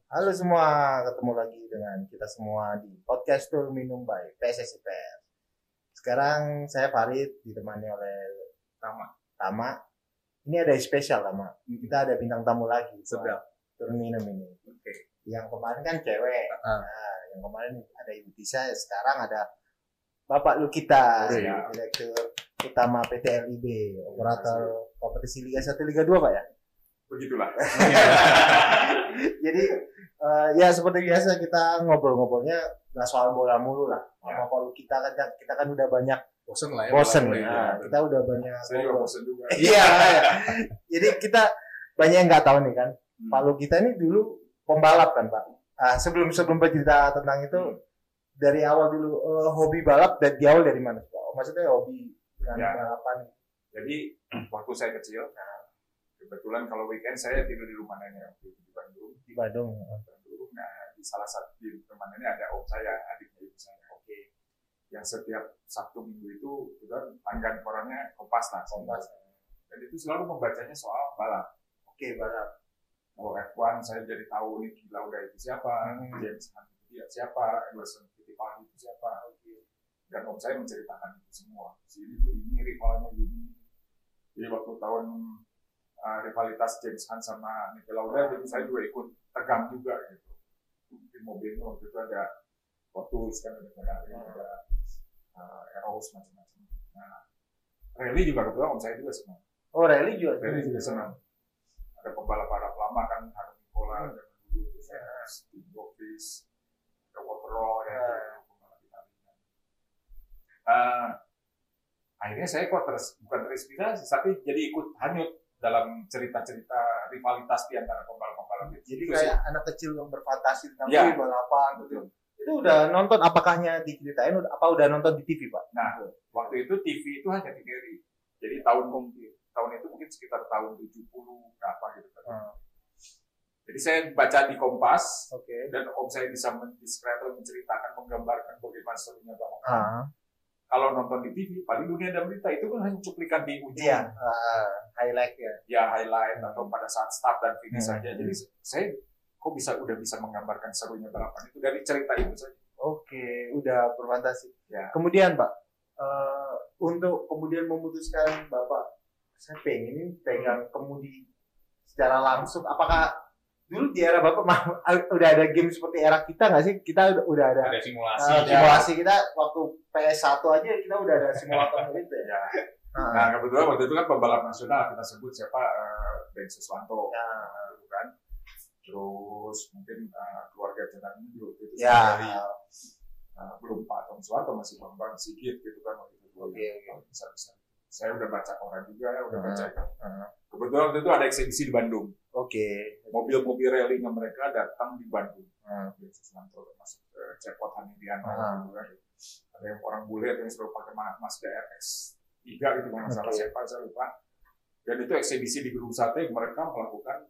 Halo semua, ketemu lagi dengan kita semua di podcast Tur Minum by PSSI PS. Sekarang saya Farid ditemani oleh Tama. Ini ada yang spesial Tama. Kita ada bintang tamu lagi. Sedap. Tur Minum ini. Oke. Yang kemarin kan cewek. Nah, yang kemarin ada Ibu Tisa, sekarang ada Bapak Lukita, Direktur Utama PT LIB, operator kompetisi Liga 1 Liga 2 Pak ya? Begitulah. Jadi ya seperti biasa kita ngobrol-ngobrolnya nggak soal bola mulu lah. Ya. Kalau kita kan udah banyak Bosen lah ya. bosen. Ya. Nah, kita udah banyak. Saya juga bosen juga. Iya. Jadi kita banyak yang nggak tahu nih kan. Pak Lukita ini dulu pembalap kan Pak. Sebelum bercerita tentang itu dari awal dulu hobi balap dan di awal dari mana Pak? Maksudnya hobi dengan balapan. Jadi waktu saya kecil, kebetulan kalau weekend saya tidur di rumah nenek di Bandung. Di Bandung. Nah, di salah satu di rumah nenek ada om saya, adiknya ibu saya. Oke. Yang setiap Sabtu Minggu itu kebetulan tanggal korannya Kompas lah. Kompas. Dan itu selalu membacanya soal balap. Oke, balap. Kalau F1 saya jadi tahu nih Lauda itu siapa, James Hunt itu siapa, Emerson Fittipaldi itu siapa. Dan om saya menceritakan itu semua. Sini tuh ini rivalnya gini. Jadi waktu tahun rivalitas James Hunt sama Niki Lauda, jadi saya juga ikut tegang juga gitu. Di mobilnya waktu itu ada Lotus kan, ada Ferrari, ada Eros macam-macam. Nah, rally juga kebetulan om saya juga senang. Oh, rally juga. Rally juga senang. Ada pembalap lama kan, Harry Nicola, ada dulu terus ada Steve Boffice, ada Waterall, ya, pembalap Italia. Akhirnya saya kok bukan terinspirasi, tapi jadi ikut hanyut dalam cerita-cerita rivalitas di antara pembalap-pembalap itu. Jadi kayak anak kecil yang berfantasi tentang balapan gitu. Itu udah nonton, apakahnya diceritain apa udah nonton di TV Pak? Nah, waktu itu TV itu hanya di TVRI. Jadi tahun itu mungkin sekitar tahun 70 berapa gitu kan. Jadi saya baca di Kompas, dan om saya bisa mendeskripsi, menceritakan, menggambarkan bagaimana serunya balapan. Kalau nonton di TV, paling dunia dan berita itu kan hanya cuplikan di ujung. Iya, highlight ya. Ya, highlight atau pada saat start dan finish saja. Jadi saya kok udah bisa menggambarkan serunya balapan itu dari cerita itu saja. Oke, udah berfantasi. Ya. Kemudian Pak, untuk kemudian memutuskan Bapak, saya pengen pegang kemudi secara langsung. Apakah dulu di era Bapak udah ada game seperti era kita nggak sih? Kita udah ada simulasi kita waktu PS1 aja kita udah ada simulator gitu ya. Nah, kebetulan waktu itu kan pembalap nasional kita sebut siapa, Ben Suswanto, gitu kan. Terus mungkin keluarga Jenang ini juga itu dari belum Pak Tom Suwanto, masih Bang Sigit gitu kan waktu itu. Besar. Saya udah baca koran juga, udah baca itu. Kebetulan waktu itu ada eksibisi di Bandung. Mobil-mobil rally-nya mereka datang di Bandung. Ben Suswanto termasuk Cepot Hanidian, gitu kan. Ada yang orang bule yang selalu pakai Mazda RX-3 gitu kan, salah siapa saya lupa. Dan itu eksibisi di Gedung Sate, mereka melakukan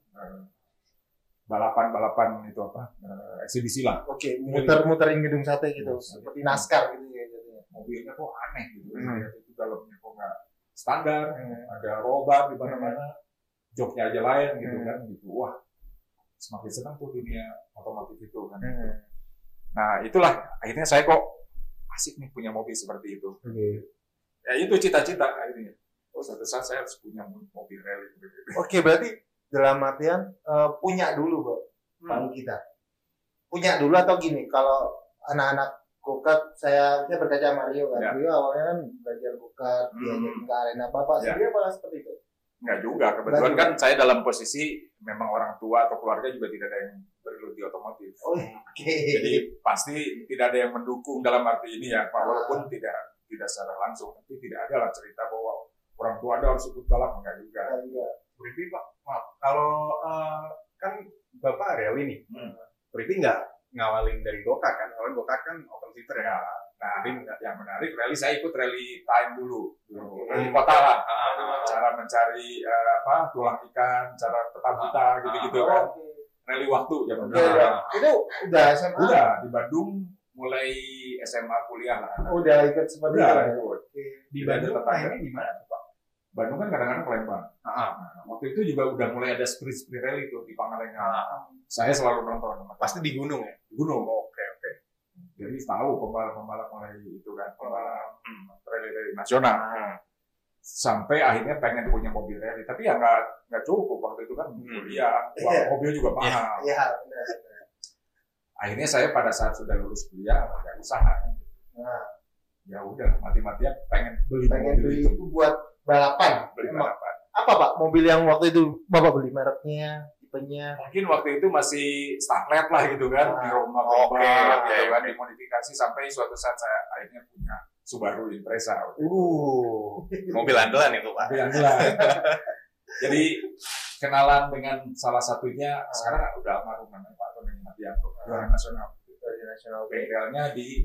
balapan itu eksibisi lah. Muter-muterin Gedung Sate gitu, seperti NASCAR gitu ya. Mobilnya kok aneh gitu, itu dalamnya kok nggak standar, ada roll bar di mana-mana, joknya aja lain gitu kan, gitu. Wah, semakin senang tuh dunia otomotif itu kan. Nah itulah akhirnya saya kok asik nih punya mobil seperti itu. Ya itu cita-cita akhirnya. Suatu saat saya harus punya mobil rally. Berarti dalam artian punya dulu Pak kita. Punya dulu atau gini, kalau anak-anak go-kart, saya berkaca Mario kan. Mario awalnya kan belajar go-kart, diajarin ke arena Bapak sendiri apakah seperti itu? Enggak juga, kebetulan kan saya dalam posisi memang orang tua atau keluarga juga tidak ada yang bergelut di otomotif. Jadi pasti tidak ada yang mendukung dalam arti ini ya, walaupun tidak secara langsung, tapi tidak ada lah cerita bahwa orang tua Anda harus ikut balap, enggak juga. Berarti Pak, maaf, kalau kan Bapak rally nih, berarti nggak ngawalin dari go-kart kan? Kalau go-kart kan open seater ya. Nah, yang menarik rally, saya ikut rally time dulu rally kota lah. Cara mencari tulang ikan, cara tetap buta gitu-gitu kan. Rally waktu ya. Itu udah SMA? Udah di Bandung mulai SMA kuliah lah. Udah ikut seperti itu. Di Bandung mainnya di mana tuh Pak? Bandung kan kadang-kadang ke Lembang. Nah, waktu itu juga udah mulai ada sprint rally tuh di Pangalengan. Saya selalu nonton. Pasti di gunung ya? Di gunung. Oke. Jadi tahu pembalap mulai itu kan, pembalap rally nasional. Sampai akhirnya pengen punya mobil rally, tapi ya nggak cukup waktu itu kan kuliah, mobil juga mahal. Iya. Akhirnya saya pada saat sudah lulus kuliah ya usaha. Ya udah mati-matian pengen beli itu buat balapan. Balapan. Apa Pak mobil yang waktu itu Bapak beli, mereknya, tipenya? Mungkin waktu itu masih Starlet lah gitu kan, di Roma gitu kan, dimodifikasi sampai suatu saat saya akhirnya punya Subaru Impreza. Mobil andalan itu Pak. Mobil andalan. Jadi kenalan dengan salah satunya sekarang udah almarhum namanya Pak Tony Hadianto, juara nasional. Bengkelnya di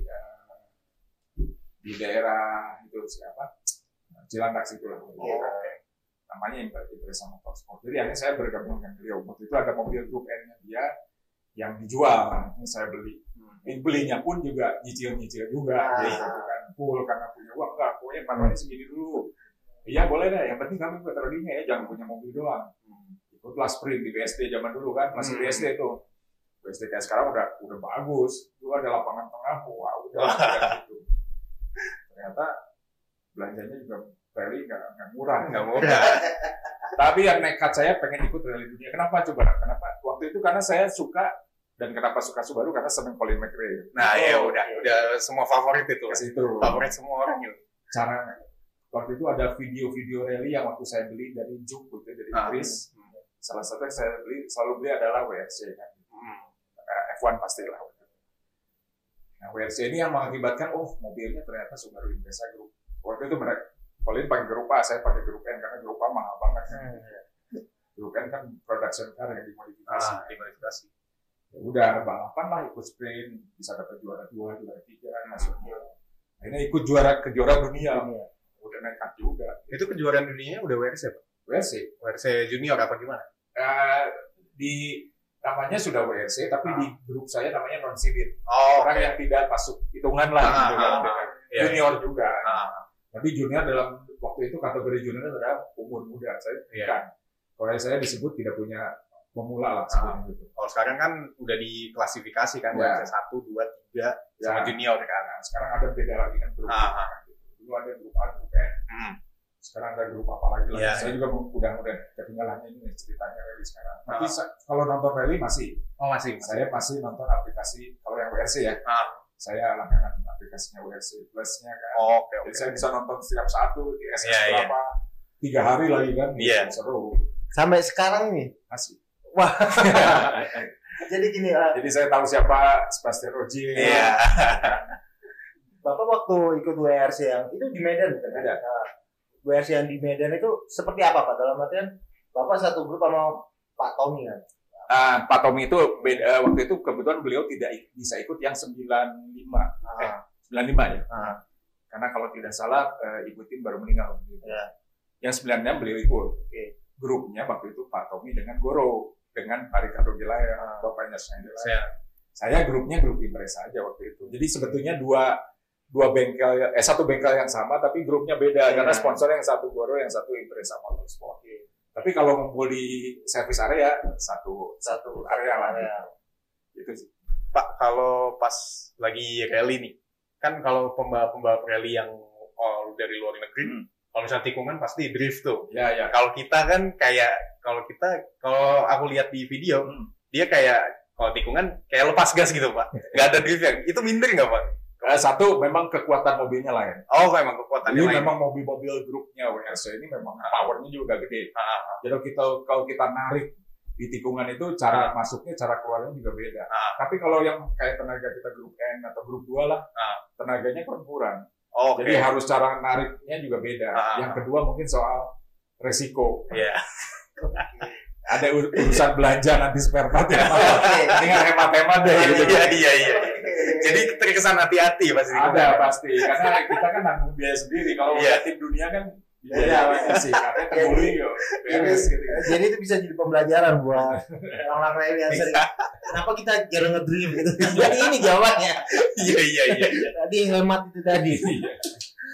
daerah itu siapa? Cilandak situ lah. Namanya Impreza Motorsport. Jadi akhirnya saya bergabung dengan beliau. Waktu itu ada mobil Grup N-nya dia yang dijual. Ini saya beli. Belinya pun juga nyicil-nyicil juga. Gitu kan. Full karena punya uang. Enggak, pokoknya manualnya segini dulu. Iya boleh deh. Yang penting kamu petrolinya ya. Jangan punya mobil doang. Ikutlah sprint di BSD zaman dulu kan. Masih BSD itu. BSD kayak sekarang udah bagus. Dulu ada lapangan tengah. Wah udah gitu. Ternyata belanjanya juga rally nggak murah. Tapi yang nekat saya pengen ikut rally dunia. Kenapa coba? Kenapa? Waktu itu karena saya suka, dan kenapa suka Subaru karena seneng Colin McRae. Nah ya udah semua favorit itu. Favorit semua orang itu. Cara waktu itu ada video-video rally yang waktu saya beli dari Juke gitu, dari Inggris. Salah satu yang saya selalu beli adalah WRC kan. F1 pastilah. Nah, WRC ini yang mengakibatkan, mobilnya ternyata Subaru Impreza Group. Waktu itu Colin pakai grup A, saya pakai grup N karena grup A mahal banget. Grup N kan production car yang dimodifikasi. Ya udah balapan lah, ikut sprint, bisa dapat juara 2, juara 3, masuknya. Akhirnya ikut ke juara dunia. Udah nekat juga. Itu kejuaraan dunianya udah WRC Pak? WRC junior apa gimana? Namanya sudah WRC, tapi di grup saya namanya non-seeded. Orang yang tidak masuk hitungan lah, gitu kan. Junior juga. Tapi junior dalam waktu itu kategori junior adalah umur muda. Saya bukan. Kalau saya disebut tidak punya pemula lah sebetulnya gitu. Kalau sekarang kan udah diklasifikasi kan, WRC 1, 2, 3 sama junior kan. Sekarang ada beda lagi kan grup. Dulu ada grup A, grup N. Sekarang ada grup apa lagi lah. Saya juga udah ketinggalannya ini ceritanya rally sekarang. Tapi kalau nonton rally masih. Saya masih nonton aplikasi kalau yang WRC ya. Saya langganan aplikasinya WRC Plus-nya kan. Jadi saya bisa nonton setiap satu di SS berapa 3 hari lagi kan. Seru. Sampai sekarang nih masih. Wah. Jadi gini. Jadi saya tahu siapa Sebastian Ogier. Bapak waktu ikut WRC yang itu di Medan kan? Ada. WRC yang di Medan itu seperti apa Pak? Dalam artian Bapak satu grup sama Pak Tommy kan? Pak Tommy itu beda, waktu itu kebetulan beliau tidak bisa ikut yang 95. 95 ya. Karena kalau tidak salah Ibu Tim baru meninggal. Yang 96 beliau ikut. Grupnya waktu itu Pak Tommy dengan Goro, dengan Pak Ricardo Gelaya, bapaknya saya. Saya grupnya grup Impreza aja waktu itu. Jadi sebetulnya satu bengkel yang sama tapi grupnya beda karena sponsornya yang satu Goro, yang satu Impreza Motorsport. Tapi kalau ngumpul di service area satu area lah. Itu sih. Pak, kalau pas lagi rally nih, kan kalau pembalap rally yang dari luar negeri, kalau misalnya tikungan pasti drift tuh. Ya. Kalau kita kan kayak kalau aku lihat di video, dia kayak kalau tikungan kayak lepas gas gitu Pak. Nggak ada drift ya. Itu minder nggak Pak? Satu memang kekuatan mobilnya lain. Memang kekuatannya lain. Ini memang mobil-mobil grupnya WRC ini memang powernya juga gede. Jadi kalau kita narik di tikungan itu cara masuknya, cara keluarnya juga beda. Tapi kalau yang kayak tenaga kita grup N atau grup 2 lah, tenaganya kurang. Jadi harus cara nariknya juga beda. Yang kedua mungkin soal resiko. Ada urusan belanja nanti spare part ya. Dengan hemat-hemat deh. Iya. Jadi terkesan hati-hati pasti. Ada pasti. Karena kita kan nanggung biaya sendiri. Kalau tim dunia kan biaya sih. Katanya terguling yuk. Beres gitu. Jadi itu bisa jadi pembelajaran buat orang-orang lain yang sering. Kenapa kita jarang ngedrift gitu. Jadi ini jawabannya. Iya. Tadi hemat itu tadi.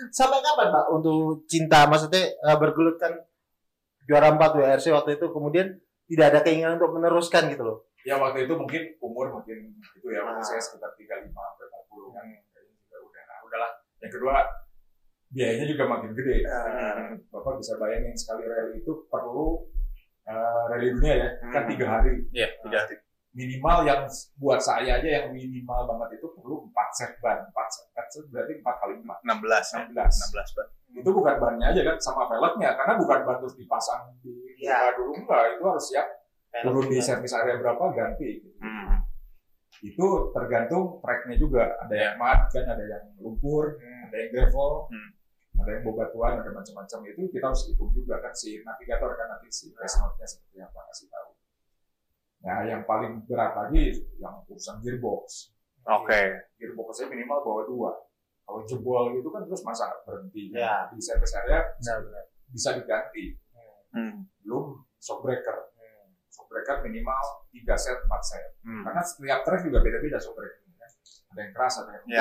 Sampai kapan Pak untuk cinta, maksudnya bergelut kan juara 4 WRC waktu itu, kemudian tidak ada keinginan untuk meneruskan gitu loh? Ya waktu itu mungkin umur itu ya, waktu saya sekitar 35 sampai 40 kan, kayaknya juga udahlah. Yang kedua, biayanya juga makin gede. Bapak bisa bayangin sekali rally itu perlu rally dunia ya, kan 3 hari. Iya, 3 hari. Minimal yang buat saya aja yang minimal banget itu perlu 4 set ban. 4 set berarti 4 kali 4. 16 ban. Itu bukan bannya aja kan, sama velgnya, karena bukan ban terus dipasang di dulu, enggak, itu harus siap turun di servis area berapa ganti gitu. Itu tergantung tracknya juga, ada yang mat kan, ada yang lumpur, ada yang gravel, ada yang bebatuan, ada macam-macam. Itu kita harus hitung juga kan, si navigator kan nanti si race note-nya seperti apa kasih tahu. Nah yang paling berat lagi yang urusan gearbox. Gearboxnya minimal bawa 2. Kalau jebol gitu kan terus masa berhenti di service area bisa diganti. Belum shock breaker. Shock breaker minimal 3 set, 4 set. Karena setiap track juga beda-beda shock breaker. Ada yang keras, ada yang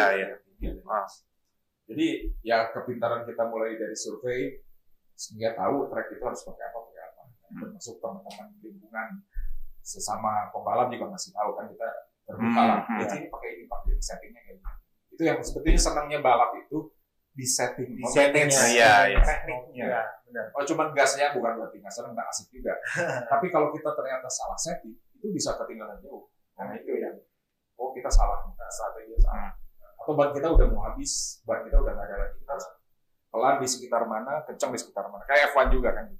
Jadi ya kepintaran kita mulai dari survei sehingga tahu track itu harus pakai apa. Termasuk teman-teman lingkungan sesama pembalap juga masih tahu kan, kita terbuka lah. Jadi pakai ini settingnya kayak gitu. Itu yang sebetulnya senangnya balap itu di setting, tekniknya. Oh cuman gasnya bukan berarti nggak senang, nggak asik juga. Tapi kalau kita ternyata salah setting, itu bisa ketinggalan jauh. Karena itu ya, kita salah, strategi salah. Atau ban kita udah mau habis, ban kita udah nggak ada lagi. Kita harus pelan di sekitar mana, kencang di sekitar mana. Kayak F1 juga kan.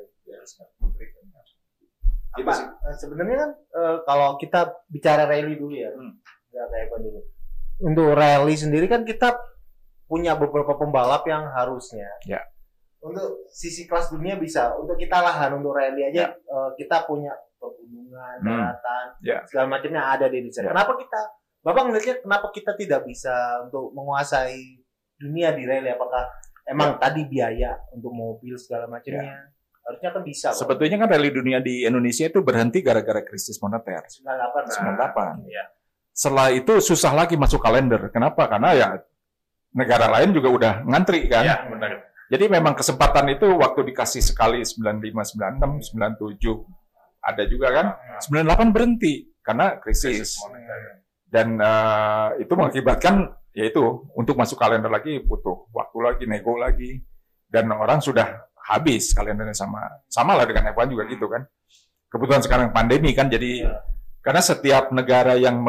Sebenarnya kan kalau kita bicara rally dulu ya, nggak kayak F1 dulu. Untuk rally sendiri kan kita punya beberapa pembalap yang harusnya untuk sisi kelas dunia bisa, untuk kita lahan untuk rally aja kita punya pegunungan, daratan, segala macamnya ada di Indonesia. Kenapa Bapak ngelihatnya kenapa kita tidak bisa untuk menguasai dunia di rally? Apakah emang tadi biaya untuk mobil segala macamnya? Harusnya kan bisa. Sebetulnya kan rally dunia di Indonesia itu berhenti gara-gara krisis moneter. 98. Setelah itu susah lagi masuk kalender. Kenapa? Karena ya negara lain juga udah ngantri kan. Jadi memang kesempatan itu waktu dikasih sekali 95, 96, 97 ada juga kan. 98 berhenti karena krisis. Dan itu mengakibatkan yaitu untuk masuk kalender lagi butuh waktu lagi, nego lagi. Dan orang sudah habis kalendernya sama lah dengan F1 juga gitu kan. Kebetulan sekarang pandemi kan, jadi karena setiap negara yang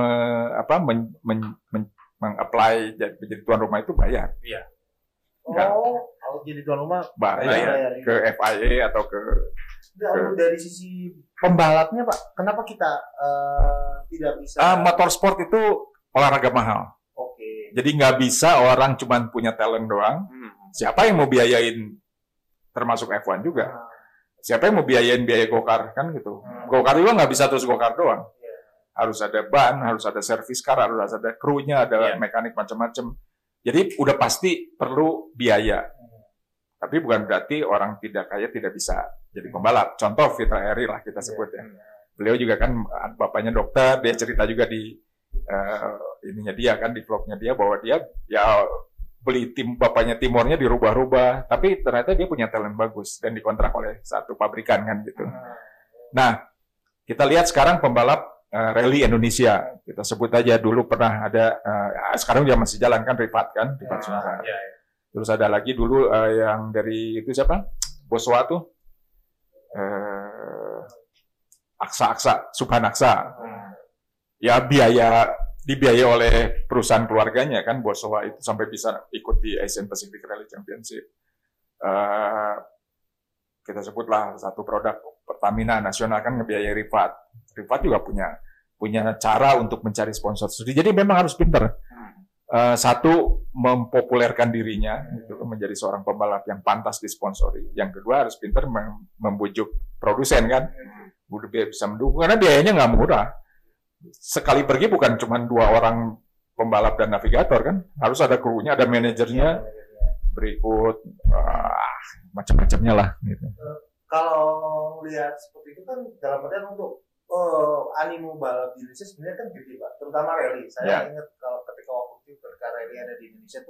meng-apply jadi tuan rumah itu bayar. Kalau jadi tuan rumah bayar ke FIA atau ke dari sisi pembalapnya Pak, kenapa kita tidak bisa? Motorsport itu olahraga mahal. Jadi nggak bisa orang cuma punya talent doang. Siapa yang mau biayain? Termasuk F1 juga. Siapa yang mau biayain biaya go-kart kan gitu. Go-kart juga nggak bisa terus go-kart doang. Harus ada ban, harus ada service car, harus ada krunya, ada mekanik macam-macam. Jadi udah pasti perlu biaya. Tapi bukan berarti orang tidak kaya tidak bisa jadi pembalap. Contoh Fitra Eri lah kita sebut ya. Beliau juga kan bapaknya dokter, dia cerita juga di ininya dia kan, di vlognya dia bahwa dia ya beli bapaknya Timornya dirubah-rubah, tapi ternyata dia punya talent bagus dan dikontrak oleh satu pabrikan kan gitu. Nah, kita lihat sekarang pembalap rally Indonesia, kita sebut aja dulu pernah ada, sekarang dia masih jalan kan, Rifat Sunara. Terus ada lagi dulu yang dari itu siapa? Boswa tuh, Aksa, Subhan Aksa. Ya dibiayai oleh perusahaan keluarganya kan, Boswa itu sampai bisa ikut di Asian Pacific Rally Championship. Kita sebutlah satu produk Pertamina nasional kan ngebiayai Rifat. Rifat juga punya cara untuk mencari sponsor. Jadi memang harus pintar. Satu, mempopulerkan dirinya, gitu, menjadi seorang pembalap yang pantas disponsori. Yang kedua harus pintar membujuk produsen kan, udah bisa mendukung karena biayanya nggak murah. Sekali pergi bukan cuma 2 orang pembalap dan navigator kan, harus ada krunya, ada manajernya, berikut macam-macamnya lah. Gitu. Kalau lihat seperti itu kan dalam artian untuk animo balap di Indonesia sebenarnya kan gede Pak, terutama rally. Saya ingat kalau ketika waktu itu ketika rally ada di Indonesia tuh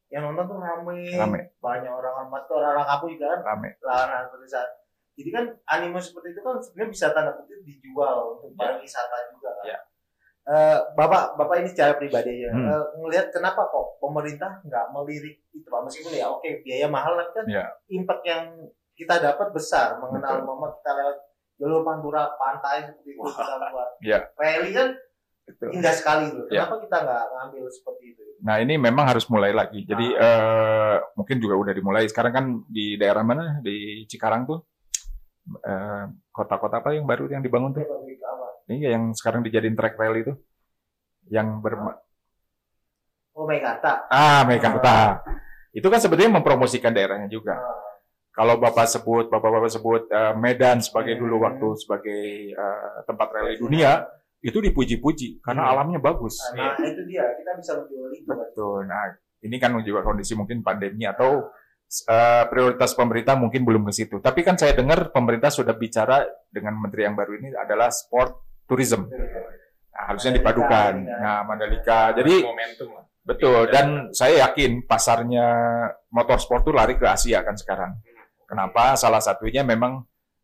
yang nonton tuh rame. Banyak orang-orang, orang kampung juga kan rame. Lahan pedesaan. Jadi kan anime seperti itu kan sebenarnya bisa tanda kutip dijual untuk pariwisata juga kan. Ya. Bapak ini secara pribadi ya, ngelihat kenapa kok pemerintah nggak melirik itu Pak, meskipun ya oke biaya mahal kan impact yang kita dapat besar mengenal mama kita lewat jalur pantura pantai seperti itu kita buat rally kan indah sekali tuh. Kenapa kita nggak ngambil seperti itu? Nah ini memang harus mulai lagi. Jadi mungkin juga udah dimulai. Sekarang kan di daerah mana di Cikarang tuh kota-kota apa yang baru yang dibangun tuh? Iya, yang sekarang dijadiin track rally itu, yang Meikarta. Meikarta. Itu kan sebetulnya mempromosikan daerahnya juga. Kalau bapak sebut Medan sebagai dulu waktu sebagai tempat rally dunia, itu dipuji-puji karena alamnya bagus. Nah, itu dia, kita bisa menjual itu. Betul. Nah, ini kan juga kondisi mungkin pandemi atau prioritas pemerintah mungkin belum ke situ. Tapi kan saya dengar pemerintah sudah bicara dengan menteri yang baru ini adalah sport tourism. Nah, harusnya dipadukan. Nah, Mandalika. Jadi momentum lah. Betul. Dan saya yakin pasarnya motorsport itu lari ke Asia kan sekarang. Kenapa? Salah satunya memang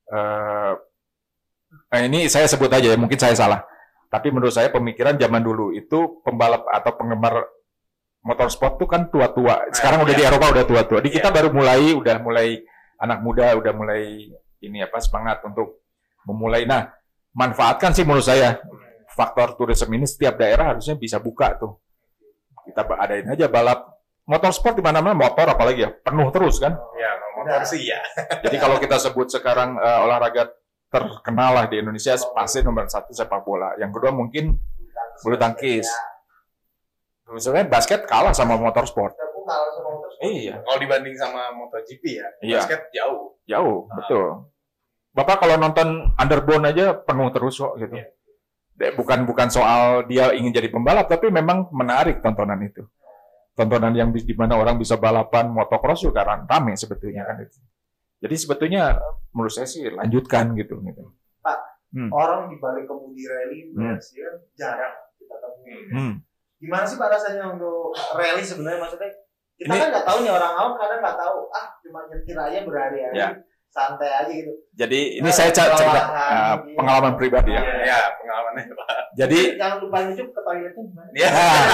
ini saya sebut aja ya, mungkin saya salah. Tapi menurut saya pemikiran zaman dulu itu pembalap atau penggemar motorsport itu kan tua-tua. Sekarang udah di Eropa udah tua-tua. Di kita baru udah mulai anak muda udah mulai semangat untuk memulai. Nah, manfaatkan sih menurut saya faktor turisme ini, setiap daerah harusnya bisa buka tuh. Kita adain aja balap motorsport di mana-mana, motor apalagi ya, penuh terus kan? Ya, motor sih ya. Jadi kalau kita sebut sekarang olahraga terkenal lah di Indonesia, pasti nomor 1 sepak bola. Yang kedua mungkin bulu tangkis. Misalnya basket kalah sama motorsport. Iya. Kalau dibanding sama MotoGP ya, basket jauh. Jauh, betul. Bapak kalau nonton Underbone aja penuh terus kok gitu. Bukan soal dia ingin jadi pembalap, tapi memang menarik tontonan itu. Tontonan yang di mana orang bisa balapan motocross juga rame sebetulnya kan itu. Jadi sebetulnya menurut saya sih lanjutkan gitu. Pak, orang di balik kemudi rally kan jarang kita temui. Gimana sih Pak rasanya untuk rally sebenarnya, maksudnya kita kan nggak tahu nih, orang awam kadang nggak tahu, cuma nyetir aja berhari-hari, santai aja gitu. Jadi ini saya cerita pengalaman pribadi ya. Ya, pengalamannya Pak. Jadi jangan lupa nyucup ke toiletnya gimana? Ya.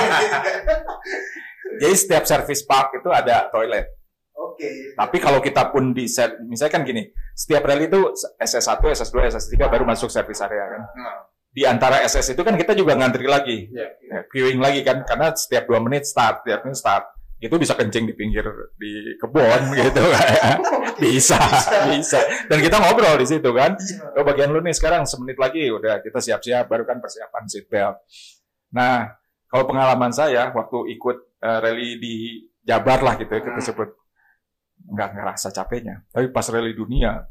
Jadi setiap service park itu ada toilet. Oke. Tapi kalau kita pun misalnya kan gini, setiap rally itu SS1, SS2, SS3 baru masuk service area kan. Di antara SS itu kan kita juga ngantri lagi, queuing lagi kan, karena setiap 2 menit start, itu bisa kencing di pinggir di kebun gitu kan. bisa. Dan kita ngobrol di situ kan. Oh, bagian lu nih sekarang semenit lagi udah kita siap-siap, baru kan persiapan seat belt. Nah, kalau pengalaman saya waktu ikut rally di Jabar lah gitu ya, kita sebut, nggak ngerasa capeknya. Tapi pas rally dunia,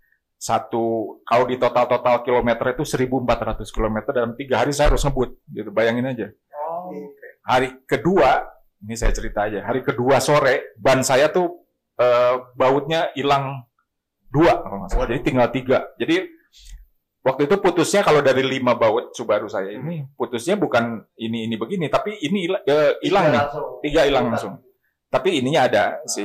kalau di total kilometer itu 1.400 kilometer dalam 3 hari saya harus ngebut gitu, bayangin aja. Hari kedua, ini saya cerita aja, hari kedua sore ban saya tuh bautnya hilang 2 kalau nggak salah, jadi tinggal 3. Jadi waktu itu putusnya kalau dari 5 baut Subaru saya ini putusnya bukan ini begini, tapi ini hilang nih, 3 hilang langsung. Tapi ininya ada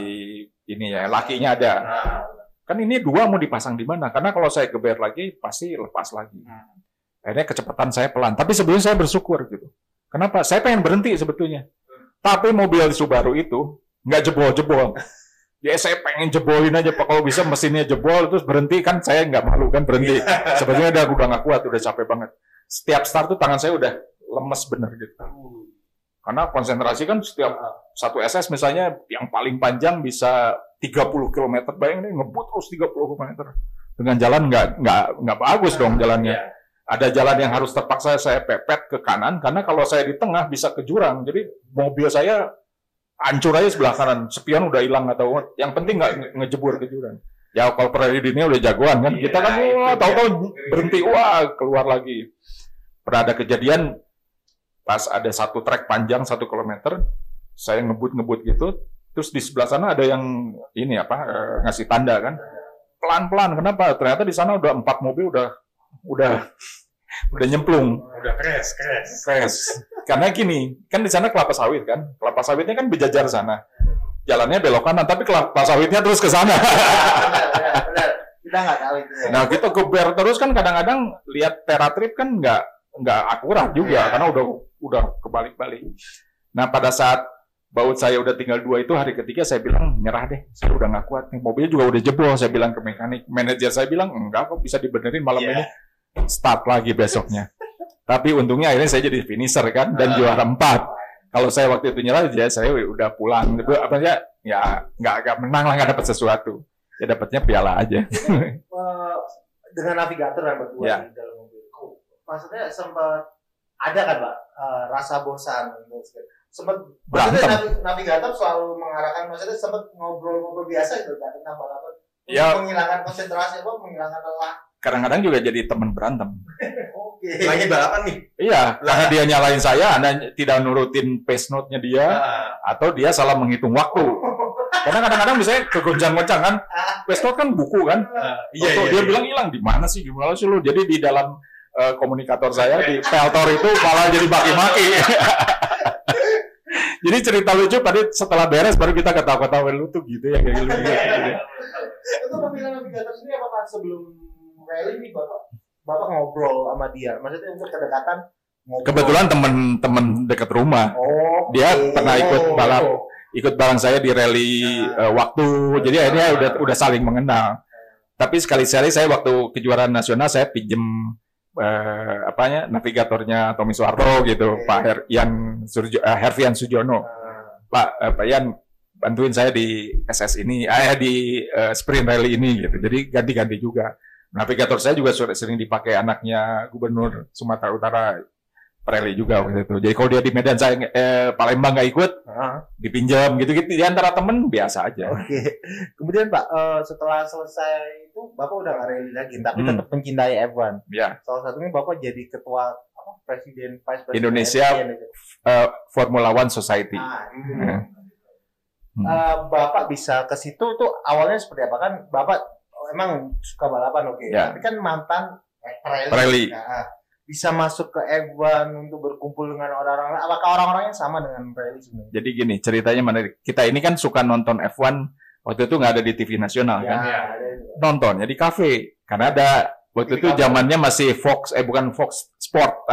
lakinya ada. Kan ini 2 mau dipasang di mana? Karena kalau saya geber lagi pasti lepas lagi. Akhirnya kecepatan saya pelan. Tapi sebelumnya saya bersyukur gitu. Kenapa? Saya pengen berhenti sebetulnya. Tapi mobil Subaru itu nggak jebol-jebol. Ya saya pengen jebolin aja, Pak. Kalau bisa mesinnya jebol terus berhenti, kan saya nggak malu kan berhenti. Sebetulnya udah nggak kuat, udah capek banget. Setiap start tuh tangan saya udah lemes bener gitu. Karena konsentrasi kan setiap satu SS misalnya yang paling panjang bisa 30 km, bayangin ngebut terus 30 km. Dengan jalan nggak bagus dong jalannya. Ada jalan yang harus terpaksa saya pepet ke kanan, karena kalau saya di tengah bisa ke jurang. Jadi mobil saya hancur aja sebelah kanan, spion udah hilang atau yang penting nggak ngejebur ke jurang. Ya kalau Peridini udah jagoan kan, kita kan tahu-tahu berhenti, keluar lagi. Pernah ada kejadian pas ada satu trek panjang 1 kilometer, saya ngebut gitu, terus di sebelah sana ada yang ngasih tanda kan, pelan-pelan. Kenapa? Ternyata di sana udah 4 mobil udah nyemplung, udah crash. Karena gini, kan di sana kelapa sawit kan, kelapa sawitnya kan berjajar sana. jalannya belok kanan, tapi Pak Sawitnya terus ke sana. Benar. Kita nggak tahu itu. Nah, kita geber terus kan kadang-kadang lihat teratrip kan nggak akurat juga karena udah kebalik-balik. Nah, pada saat baut saya udah tinggal 2 itu hari ketiga saya bilang nyerah deh, saya udah nggak kuat nih, mobilnya juga udah jebol. Saya bilang ke mekanik, manajer saya bilang enggak kok bisa dibenerin malam ini, start lagi besoknya. Tapi untungnya akhirnya saya jadi finisher kan dan juara 4. Kalau saya waktu itu nyerah ya saya udah pulang, apa ya nggak menang lah, nggak dapat sesuatu, ya dapatnya piala aja. Dengan navigator yang berdua di dalam mobil, maksudnya sempat ada kan Pak rasa bosan, sempat berantem. Navigator selalu mengarahkan, maksudnya sempat ngobrol-ngobrol biasa gitu kan tentang balapan, menghilangkan konsentrasi, menghilangkan lelah. Kadang-kadang juga jadi teman berantem. Lagi balapan nih. Iya, karena dia nyalain saya, Anda tidak nurutin pace note-nya dia, atau dia salah menghitung waktu. Karena kadang-kadang misalnya kegoncang-goncang kan, pace note kan buku kan. Dia bilang hilang di mana sih, gimana sih lu? Jadi di dalam komunikator saya di Peltor itu malah jadi maki-maki. Jadi cerita lucu tadi setelah beres baru kita ketawa-ketawa, lu tuh gitu ya kayak gitu. Itu pemilihan navigator sendiri apakah sebelum rally ini Bapak ngobrol sama dia? Maksudnya untuk kedekatan ngobrol? Kebetulan teman dekat rumah. Dia pernah ikut bareng saya di rally waktu. Jadi akhirnya udah saling mengenal. Tapi sekali-sekali saya waktu kejuaraan nasional saya pinjem navigatornya Tommy Suharto gitu, Pak Herfian Sujono. Pak Yan bantuin saya di SS ini, di sprint rally ini gitu. Jadi ganti-ganti juga. Navigator saya juga sering dipakai anaknya Gubernur Sumatera Utara rally juga waktu itu. Jadi kalau dia di Medan saya Palembang nggak ikut, dipinjam gitu-gitu. Di antara temen biasa aja. Oke. Kemudian Pak, setelah selesai itu Bapak udah nggak rally lagi, tapi tetap mencintai F1. Ya. Salah satunya Bapak jadi ketua Vice President Indonesia Formula One Society. Bapak bisa ke situ tuh awalnya seperti apa? Kan Bapak emang suka balapan, tapi kan mantan rally. Nah, bisa masuk ke F1 untuk berkumpul dengan orang-orang. Apakah orang-orangnya sama dengan rally sebenarnya? Jadi gini, ceritanya menarik. Kita ini kan suka nonton F1, waktu itu nggak ada di TV nasional kan? Nontonnya di kafe. Karena ada waktu itu zamannya masih bukan Fox Sport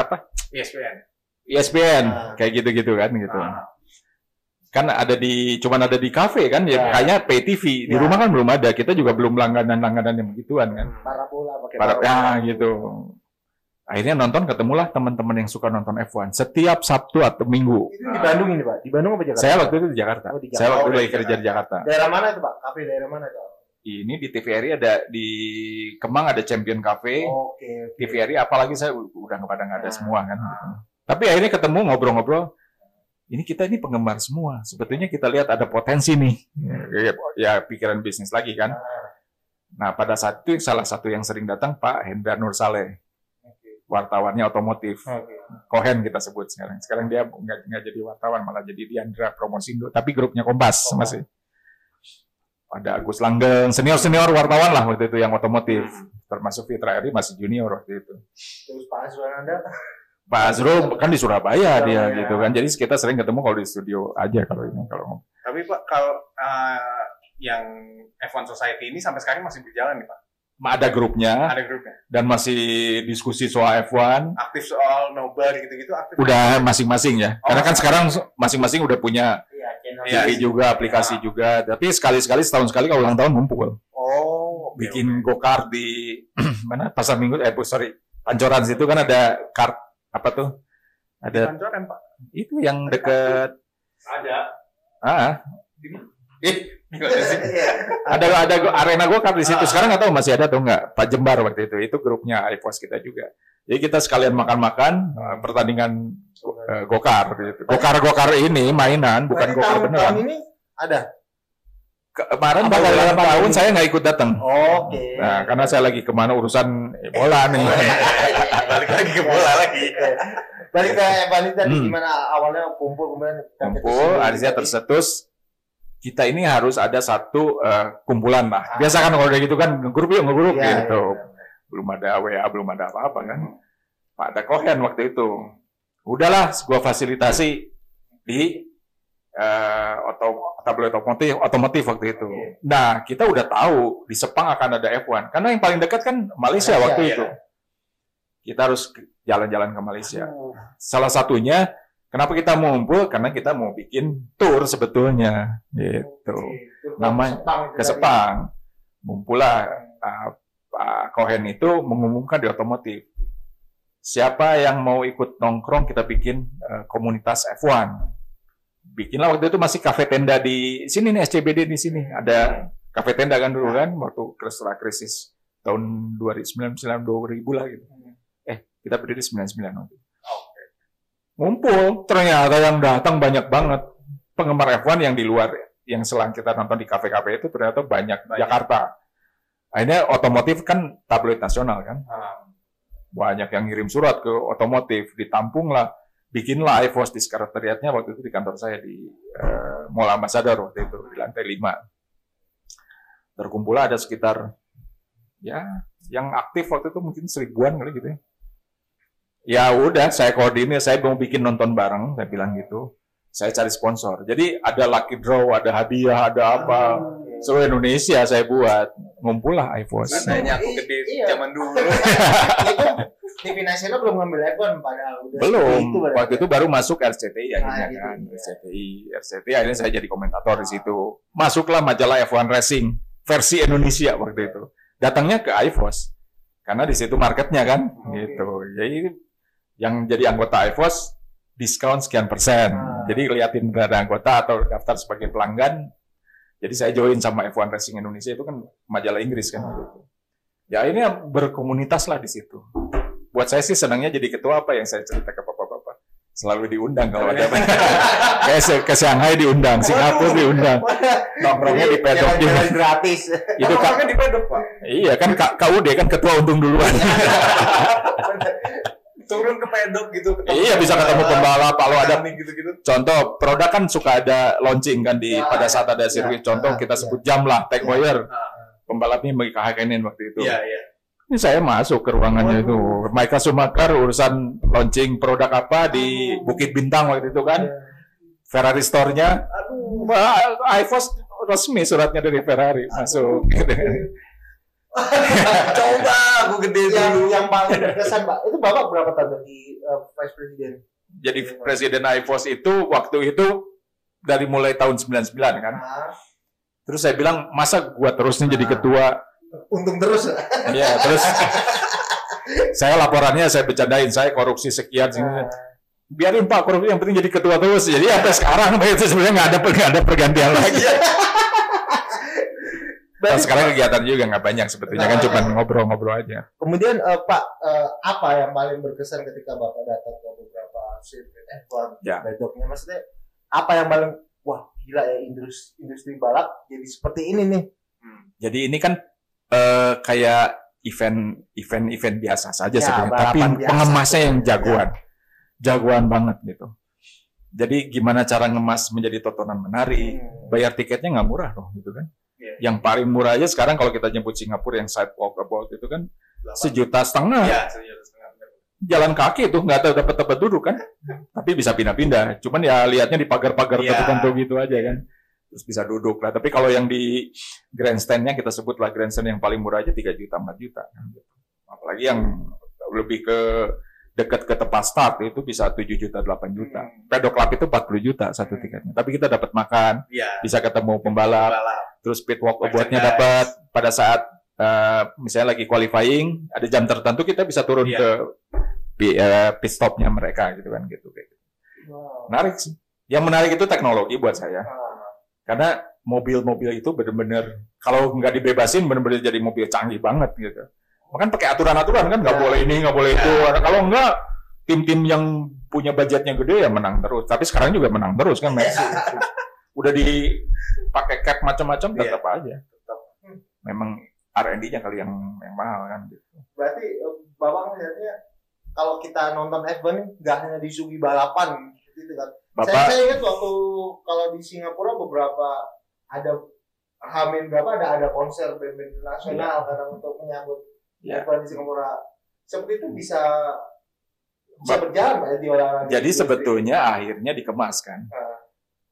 ESPN. Kayak gitu-gitu kan gitu. Kan cuman ada di kafe kan, kayaknya pay TV. Di rumah kan belum ada, kita juga belum langganan yang begituan kan. Parabola pakai gitu. Akhirnya ketemulah teman-teman yang suka nonton F1 setiap Sabtu atau Minggu. Itu di Bandung ini Pak? Di Bandung apa Jakarta? Saya waktu itu di Jakarta. Saya waktu itu lagi kerja di Jakarta. Daerah mana itu Pak? Kafe daerah mana itu? Ini di TVRI ada, di Kemang ada Champion Cafe. TVRI apalagi saya udah nggak ada semua kan. Tapi akhirnya ketemu ngobrol-ngobrol. Kita ini penggemar semua. Sebetulnya kita lihat ada potensi nih. Ya pikiran bisnis lagi kan. Nah pada saat itu salah satu yang sering datang Pak Hendra Nur Saleh, wartawannya otomotif. Kohen kita sebut sekarang. Sekarang dia nggak jadi wartawan, malah jadi Diandra Promosindo. Tapi grupnya Kompas masih. Ada Agus Langgeng, senior wartawan lah waktu itu yang otomotif. Termasuk Fitra Eri masih junior waktu itu. Terus Pak Azrul Ananda? Pak Azrul kan di Surabaya dia gitu kan. Jadi kita sering ketemu kalau di studio aja kalau ini. Tapi Pak, kalau yang F1 Society ini sampai sekarang masih berjalan nih Pak? Ada grupnya. Dan masih diskusi soal F1. Aktif soal nobar gitu-gitu aktif. Udah masing-masing ya. Karena kan sekarang masing-masing udah punya TV juga, aplikasi juga. Tapi sekali-sekali setahun sekali kalau ulang tahun ngumpul. Bikin go-kart di mana? Pasar Minggu Pancoran situ kan ada kart apa tuh? Ada Pancoran Pak. Itu yang deket. Ada. Ada arena go-kart di situ. Sekarang nggak tahu masih ada atau nggak. Pak Jembar waktu itu grupnya iPos kita juga. Jadi kita sekalian makan-makan pertandingan go-kart gitu. Go-kart ini mainan, bukan go-kart beneran. Tahun ini ada. Kemarin tanggal 8 tahun saya nggak ikut datang. Nah, karena saya lagi kemana urusan bola nih. Balik lagi ke bola lagi. Balik ke Evan tadi gimana awalnya kumpul kemudian akhirnya tercetus. Kita ini harus ada satu kumpulan lah. Biasa kan kalau udah gitu kan ngegrup gitu. Belum ada WA, belum ada apa-apa kan. Pak ada Kohen waktu itu. Udahlah, gua fasilitasi di tabloid otomotif waktu itu. Nah, kita udah tahu di Sepang akan ada F1 karena yang paling dekat kan Malaysia waktu itu. Kita harus jalan-jalan ke Malaysia. Salah satunya kenapa kita mau ngumpul karena kita mau bikin tour sebetulnya gitu. Namanya ke Sepang. Ngumpullah Pak Cohen itu mengumumkan di otomotif. Siapa yang mau ikut nongkrong kita bikin komunitas F1. Bikinlah waktu itu masih kafe tenda di sini nih, SCBD di sini. Ada kafe tenda kan dulu kan, waktu setelah krisis tahun 2009 2000 lah gitu. Kita berdiri 99 waktu. Ngumpul, ternyata yang datang banyak banget. Penggemar F1 yang di luar, yang selang kita nonton di kafe-kafe itu ternyata banyak. Jakarta. Akhirnya otomotif kan tabloid nasional kan. Banyak yang ngirim surat ke otomotif, ditampung lah. Bikinlah iVoice di sekretariatnya waktu itu di kantor saya di Mall Ambassador waktu itu di lantai 5. Terkumpul ada sekitar yang aktif waktu itu mungkin 1000-an kali gitu ya. Ya udah saya koordinir, saya mau bikin nonton bareng, saya bilang gitu. Saya cari sponsor. Jadi ada lucky draw, ada hadiah, ada apa. Seluruh Indonesia saya buat. Ngumpul lah iVoice. Katanya aku gede zaman dulu. TV nasional belum ngambil F1 padahal udah. Belum. Waktu itu baru masuk RCTI akhirnya kan. RCTI akhirnya saya jadi komentator di situ. Masuklah majalah F1 Racing versi Indonesia waktu itu. Datangnya ke iVoice. Karena di situ marketnya kan gitu. Jadi yang jadi anggota iVoice diskon sekian persen. Jadi liatin ada anggota atau daftar sebagai pelanggan. Jadi saya join sama F1 Racing Indonesia itu kan majalah Inggris kan gitu. Ya akhirnya berkomunitas lah di situ. Buat saya sih senangnya jadi ketua apa yang saya cerita ke bapak-bapak. Selalu diundang kalau ada. Kayak ke Shanghai diundang, Singapura diundang. Nongkrongnya di pedok juga. Gratis. Itu kan di pedok, Pak. Iya kan KUD kan ketua untung duluan. Turun ke pedok gitu. Iya bisa ketemu pembalap kalau ada gitu-gitu. Contoh produk kan suka ada launching kan di pada saat ada sirkuit. Contoh kita sebut jam lah, Tag Heuer. Pembalapnya Mika Hakkinen waktu itu. Iya. Ini saya masuk ke ruangannya itu. Michael Schumacher urusan launching produk apa di Bukit Bintang waktu itu kan. Ferrari store-nya. iVoice resmi suratnya dari Ferrari masuk. Coba aku gede dulu. Yang paling berkesan, Pak. Itu Bapak berapa tahun di Vice President? Jadi Presiden iVoice itu waktu itu dari mulai tahun 99 kan. Terus saya bilang, masa gua terusnya jadi ketua? Untung terus. Iya, terus saya laporannya saya bercandain, saya korupsi sekian. Biarin Pak korupsi, yang penting jadi ketua terus. Jadi sampai sekarang itu sebenarnya nggak ada pergantian lagi. Nah, sekarang kegiatan juga nggak banyak sebetulnya kan cuma ngobrol-ngobrol aja. Kemudian Pak, apa yang paling berkesan ketika Bapak datang ke beberapa sirkuit F1 pedoknya? Maksudnya apa yang paling wah gila ya industri balap jadi seperti ini nih. Jadi ini kan kayak event biasa saja sebenarnya, tapi pengemasnya yang jagoan banget gitu. Jadi gimana cara ngemas menjadi tontonan menarik? Bayar tiketnya nggak murah loh, gitu kan? Yang paling murah aja sekarang kalau kita nyebut Singapura yang sidewalk about itu kan 1,5 juta. Jalan kaki itu nggak dapat tempat duduk kan? Tapi bisa pindah-pindah. Cuman ya lihatnya di pagar-pagar tertentu gitu aja kan. Terus bisa duduk lah. Tapi kalau yang di grandstand-nya kita sebutlah grandstand yang paling murah aja 3 juta, 4 juta. Apalagi yang lebih ke dekat ke tempat start itu bisa 7 juta, 8 juta. Pedok lap itu 40 juta satu tiketnya. Tapi kita dapat makan, bisa ketemu pembalap, terus pit walk award-nya dapat pada saat misalnya lagi qualifying, ada jam tertentu kita bisa turun ke pit stop-nya mereka gitu kan gitu. Menarik sih. Yang menarik itu teknologi buat saya. Karena mobil-mobil itu benar-benar kalau nggak dibebasin benar-benar jadi mobil canggih banget gitu. Makanya pakai aturan-aturan kan nggak boleh ini, nggak boleh itu. Kalau nggak tim-tim yang punya budgetnya gede ya menang terus. Tapi sekarang juga menang terus kan Messi. Udah dipakai cap macam-macam tetap aja. Memang R&D-nya kali yang mahal kan gitu. Berarti Bapak melihatnya kalau kita nonton F1 nggak hanya disuguhi balapan gitu kan. Saya ingat waktu kalau di Singapura beberapa ada Hamin berapa ada konser band-band nasional kadang untuk menyambut F1 di Singapura. Seperti itu bisa berjalan di olahraga. Jadi sebetulnya akhirnya dikemas kan.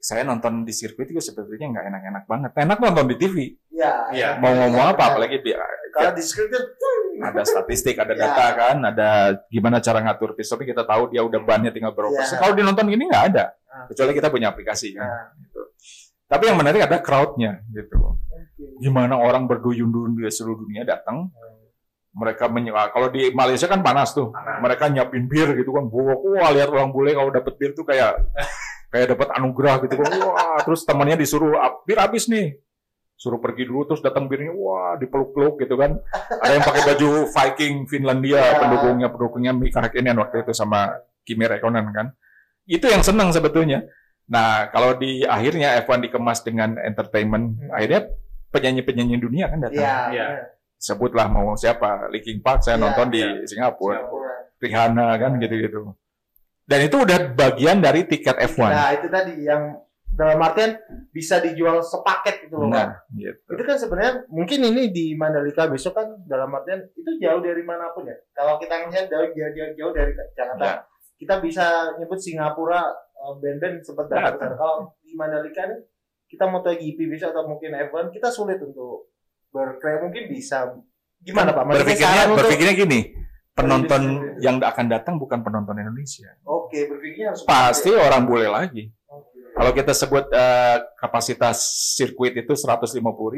saya nonton di sirkuit itu sebetulnya nggak enak-enak banget. Enak nonton di TV. Iya. Mau ngomong apa, apalagi kalau di sirkuit ada statistik, ada data kan, ada gimana cara ngatur pit stop, kita tahu dia udah bannya tinggal berapa persen. Kalau dinonton gini nggak ada, kecuali kita punya aplikasi kan. Gitu. Tapi yang menarik ada crowd-nya gitu. Gimana orang berduyun-duyun di seluruh dunia datang. Mereka kalau di Malaysia kan panas tuh, mereka nyiapin bir gitu kan. Wah, lihat orang bule kalau dapet bir tuh kayak dapat anugerah gitu kan. Wah, terus temannya disuruh bir habis nih. Suruh pergi dulu, terus datang birnya, wah dipeluk-peluk gitu kan. Ada yang pakai baju Viking Finlandia, pendukungnya Mika Häkkinen waktu itu sama Kimi Räikkönen kan. Itu yang senang sebetulnya. Nah, kalau di akhirnya F1 dikemas dengan entertainment, akhirnya penyanyi-penyanyi dunia kan datang. Sebutlah mau siapa, Linkin Park saya nonton di Singapura. Rihanna kan gitu-gitu. Dan itu udah bagian dari tiket F1. Nah, itu tadi yang dalam artian bisa dijual sepaket gitu loh. Nah, gitu. Itu kan sebenarnya mungkin ini di Mandalika besok kan dalam artian itu jauh dari manapun ya. Kalau kita ngelihat jauh dari Jakarta, kita bisa nyebut Singapura band-band sempat datang. Kalau di Mandalika nih kita MotoGP besok atau mungkin F1 kita sulit untuk berkreasi, mungkin bisa gimana Pak? Berpikirnya gini, penonton yang akan datang bukan penonton Indonesia. Oke, berpikirnya harus pasti orang bule lagi. Kalau kita sebut kapasitas sirkuit itu 150.000.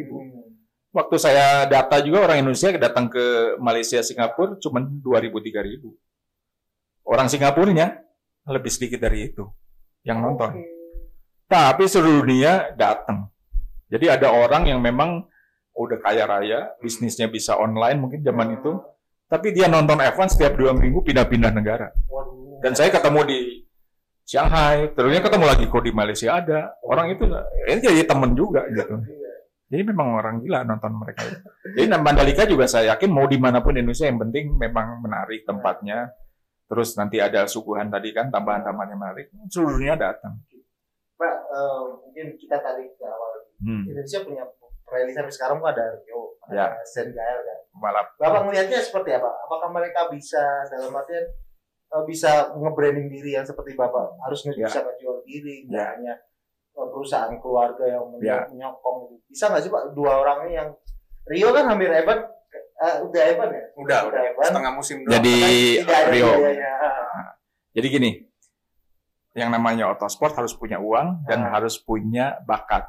Waktu saya data juga orang Indonesia datang ke Malaysia, Singapura cuma 2.000-3.000. Orang Singapurnya lebih sedikit dari itu yang nonton. Tapi seluruh dunia datang. Jadi ada orang yang memang udah kaya raya, bisnisnya bisa online mungkin zaman itu. Tapi dia nonton F1 setiap 2 minggu pindah-pindah negara. Dan saya ketemu di Shanghai, terusnya ketemu lagi kok di Malaysia ada. Orang itu ini jadi temen juga gitu. Jadi memang orang gila nonton mereka. Jadi Mandalika juga saya yakin mau dimanapun Indonesia yang penting memang menarik tempatnya. Terus nanti ada suguhan tadi kan, tambahan-tambahan yang menarik. Seluruh dunia datang. Pak, mungkin kita tarik ke awal. Indonesia punya rally sampai sekarang kok ada Rio, ada Sengael kan. Bapak melihatnya seperti apa? Apakah mereka bisa dalam artian bisa nge-branding diri yang seperti Bapak harus bisa ngejual diri, nggak hanya perusahaan keluarga yang menyokong. Bisa nggak sih Pak, dua orang ini yang Rio kan hampir udah Evan ya? Udah setengah musim. Jadi Rio. Jadi gini, yang namanya autosport harus punya uang dan harus punya bakat.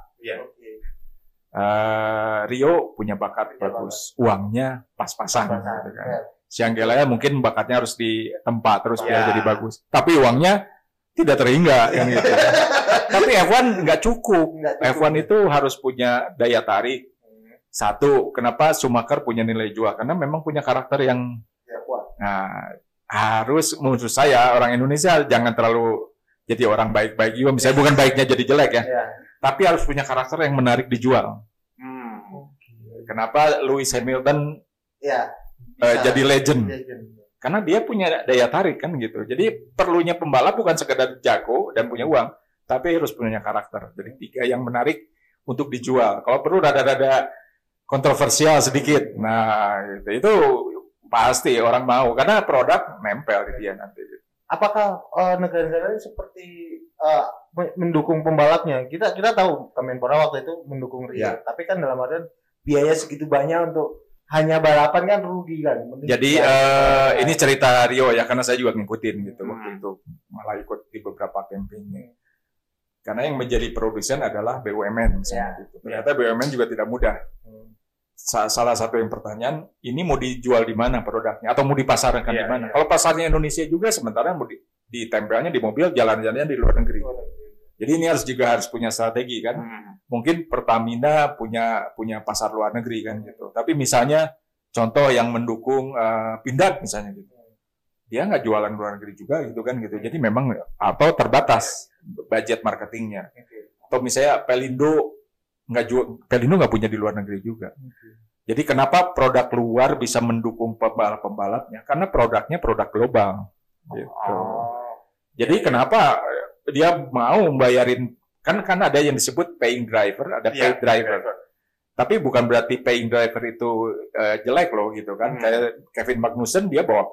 Rio punya bakat bagus, uangnya pas-pasan. Gitu kan. Sianggelaya mungkin bakatnya harus di tempat terus biar jadi bagus. Tapi uangnya tidak terhingga yang gitu. Tapi F1 nggak cukup. F1 itu harus punya daya tarik. Satu, kenapa Schumacher punya nilai jual? Karena memang punya karakter yang kuat. Nah, harus menurut saya orang Indonesia jangan terlalu jadi orang baik-baik juga. Misalnya bukan baiknya jadi jelek ya. Tapi harus punya karakter yang menarik dijual. Kenapa Lewis Hamilton jadi legend? Karena dia punya daya tarik kan gitu. Jadi perlunya pembalap bukan sekedar jago dan punya uang, tapi harus punya karakter. Jadi 3 yang menarik untuk dijual. Kalau perlu rada-rada kontroversial sedikit, nah itu pasti orang mau karena produk nempel di dia nanti. Apakah negara-negara ini seperti mendukung pembalapnya? Kita tahu Kemenpora waktu itu mendukung Rio, tapi kan dalam artian biaya segitu banyak untuk hanya balapan kan rugi kan. Jadi ini cerita Rio ya, karena saya juga ngikutin gitu waktu itu, malah ikut di beberapa campingnya. Karena yang menjadi produsen adalah BUMN misalnya gitu. Ternyata BUMN juga tidak mudah. Salah satu yang pertanyaan, ini mau dijual di mana produknya atau mau dipasarkan di mana? Kalau pasarnya Indonesia juga, sementara mau ditempelnya di mobil, jalan-jalannya di luar negeri. Jadi ini harus punya strategi kan. Mungkin Pertamina punya pasar luar negeri kan gitu. Tapi misalnya contoh yang mendukung Pindad misalnya gitu. Dia nggak jualan luar negeri juga gitu kan gitu. Jadi memang atau terbatas budget marketingnya. Atau misalnya Pelindo nggak punya di luar negeri juga. Jadi kenapa produk luar bisa mendukung pembalap-pembalapnya? Karena produknya produk global. Gitu. Jadi kenapa dia mau membayarin, kan ada yang disebut paying driver, ada paid driver. Tapi bukan berarti paying driver itu jelek loh gitu kan. Kayak Kevin Magnussen dia bawa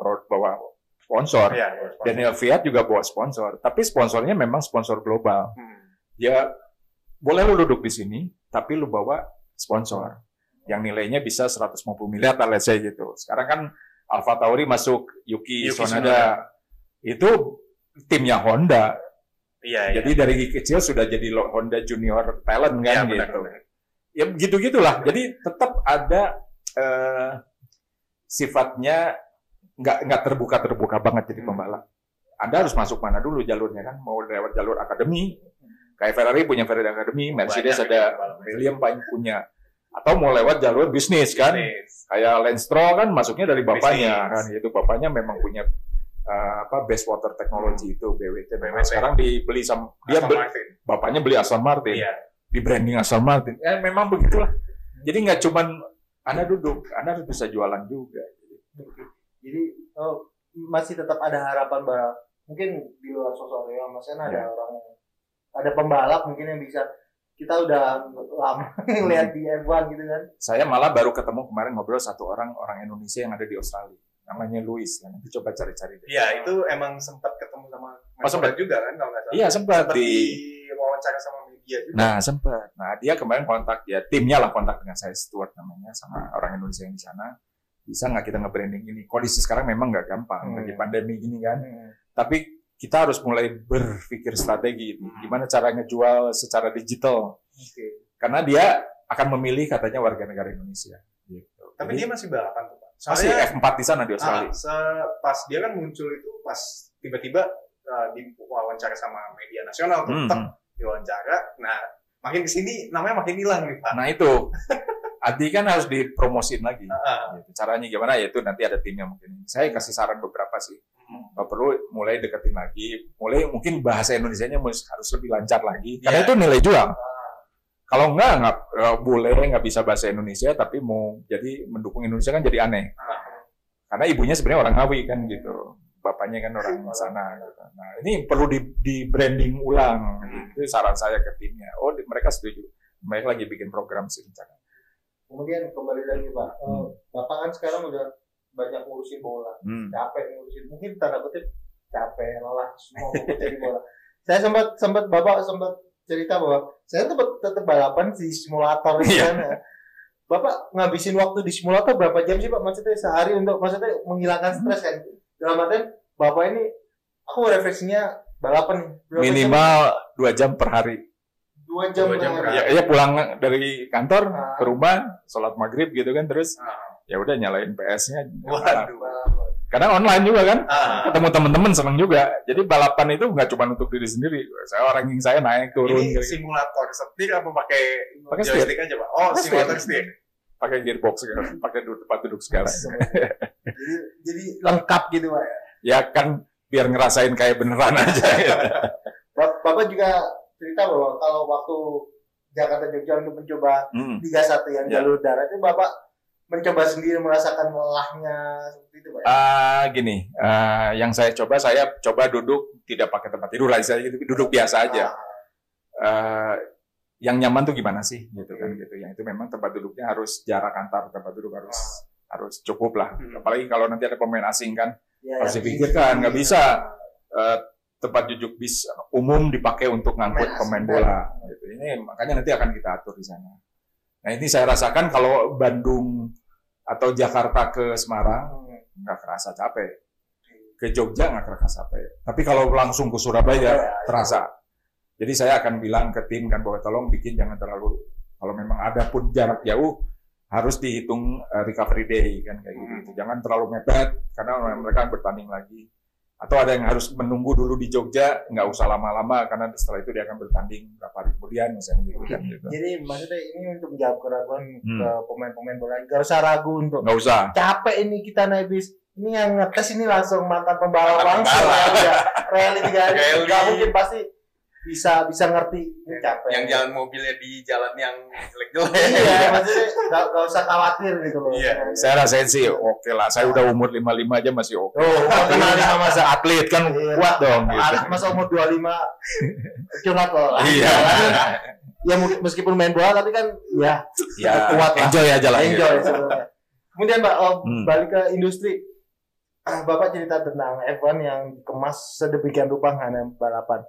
sponsor. Daniel Kvyat juga bawa sponsor. Tapi sponsornya memang sponsor global. Ya boleh lu duduk di sini, tapi lu bawa sponsor yang nilainya bisa 150 miliar, let's say gitu. Sekarang kan Alpha Tauri masuk Yuki Tsunoda. Itu timnya Honda. Iya. Jadi dari kecil sudah jadi Honda Junior Talent kan gitu. Benar. Ya gitu-gitulah. Jadi tetap ada sifatnya nggak terbuka banget jadi pembalap. Anda harus masuk mana dulu jalurnya kan? Mau lewat jalur akademi, kayak Ferrari punya Ferrari Academy, Mercedes ada Williams punya. Atau mau lewat jalur bisnis kan? Kayak Lance Stroll kan masuknya dari bapaknya kan, itu bapaknya memang punya base water technology itu BWT. Sekarang dibeli sama bapaknya beli Aston Martin, di branding Aston Martin. Memang begitulah. Jadi nggak cuman Anda duduk, Anda harus bisa jualan juga. Jadi masih tetap ada harapan bahwa mungkin di luar sosok Reo Mas Ena ada orang, ada pembalap mungkin yang bisa, kita udah lama ngeliat di F1 gitu kan. Saya malah baru ketemu kemarin ngobrol satu orang Indonesia yang ada di Australia. Namanya Luis, nanti coba cari-cari deh. Iya, itu emang sempat ketemu sama sempat juga kan kalau nggak salah. Iya, sempat di wawancara sama media juga. Nah, sempat. Nah, dia kemarin kontak, ya timnya lah kontak dengan saya, Stuart namanya, sama orang Indonesia yang di sana. Bisa nggak kita nge-branding ini? Kondisi sekarang memang nggak gampang, lagi pandemi gini kan. Tapi kita harus mulai berpikir strategi, gimana cara ngejual secara digital. Karena dia akan memilih katanya warga negara Indonesia. Gitu. Tapi jadi, dia masih balapan tuh Pak? Masih F4 di sana di Australia. Pas dia kan muncul itu pas tiba-tiba di wawancara sama media nasional tuh, diwawancara. Nah, makin kesini namanya makin hilang nih Pak. Nah itu, Adi kan harus dipromosin lagi. Gitu. Caranya gimana? Ya itu nanti ada timnya mungkin. Saya kasih saran beberapa sih. Nggak perlu mulai deketin lagi. Mulai mungkin bahasa Indonesianya harus lebih lancar lagi. Karena itu nilai jual. Kalau nggak boleh, nggak bisa bahasa Indonesia, tapi mau jadi mendukung Indonesia kan jadi aneh. Karena ibunya sebenarnya orang Ngawi kan gitu. Bapaknya kan orang sana. Gitu. Nah ini perlu di branding ulang. Itu saran saya ke timnya. Oh mereka setuju. Mereka lagi bikin program sih rencana. Kemudian kembali lagi Pak, Bapak kan sekarang udah banyak ngurusin bola, capek ngurusin, mungkin tanda kutip capek, lelah, semua ngurusin bola. Saya Bapak sempat cerita bahwa saya tetap balapan di simulator kan. Bapak ngabisin waktu di simulator berapa jam sih Pak? Maksudnya sehari untuk menghilangkan stres kan? Dalam artian Bapak ini, aku refleksinya balapan nih. Minimal 2 jam per hari. 2 jam per hari. Ya pulang dari kantor ke rumah, sholat maghrib gitu kan, terus ya udah nyalain PS-nya. Karena online juga kan, ketemu teman-teman seneng juga. Jadi balapan itu nggak cuma untuk diri sendiri. Ranking saya naik turun. Ini simulator setir apa pakai joystick aja Pak? Oh, simulator setir. Pakai gearbox segala, pakai tempat duduk segala. jadi lengkap gitu Pak. Ya kan biar ngerasain kayak beneran aja. Ya. Bapak juga cerita bahwa kalau waktu Jakarta Jogja untuk mencoba Liga 1 yang jalur darat itu Bapak mencoba sendiri merasakan lelahnya seperti itu Pak? Gini, yang saya coba duduk tidak pakai tempat tidur lah, saya gitu, duduk biasa aja. Yang nyaman tuh gimana sih, gitu kan gitu. Yang itu memang tempat duduknya harus jarak antar tempat duduk harus cukup lah. Apalagi kalau nanti ada pemain asing kan, harus dipikirkan nggak bisa tempat duduk bis umum dipakai untuk ngangkut pemain bola. Gitu. Ini makanya nanti akan kita atur di sana. Nah ini saya rasakan kalau Bandung atau Jakarta ke Semarang nggak kerasa capek, ke Jogja nggak kerasa capek. Tapi kalau langsung ke Surabaya terasa. Jadi saya akan bilang ke tim kan bahwa tolong bikin jangan terlalu, kalau memang ada pun jarak jauh harus dihitung recovery day kan kayak gitu. Jangan terlalu mepet karena mereka bertanding lagi. Atau ada yang harus menunggu dulu di Jogja, nggak usah lama-lama karena setelah itu dia akan bertanding berapa hari kemudian misalnya gitu kan. Gitu. Jadi maksudnya ini untuk menjawab keraguan ke pemain-pemain bola, nggak usah ragu untuk. Nggak usah. Capek ini kita naik bis. Ini yang ngetes ini langsung mantan pembalap langsung ya. Rally 3 hari. Nggak mungkin pasti bisa ngerti ini capek. Yang jalan mobilnya di jalan yang jelek-jelek. Iya, maksudnya nggak usah khawatir gitu loh. Iya. Saya rasain sih oke lah. Saya udah umur 55 aja masih oke. Umur 55 masa atlet kan kuat dong. Gitu. Masa umur 25 curhat loh. Iya. Ya meskipun main bola tapi kan ya kuat lah. Enjoy aja lah. Enjoy sebenarnya. Kemudian Pak, balik ke industri. Bapak cerita tentang F1 yang dikemas sedemikian rupa hanya balapan.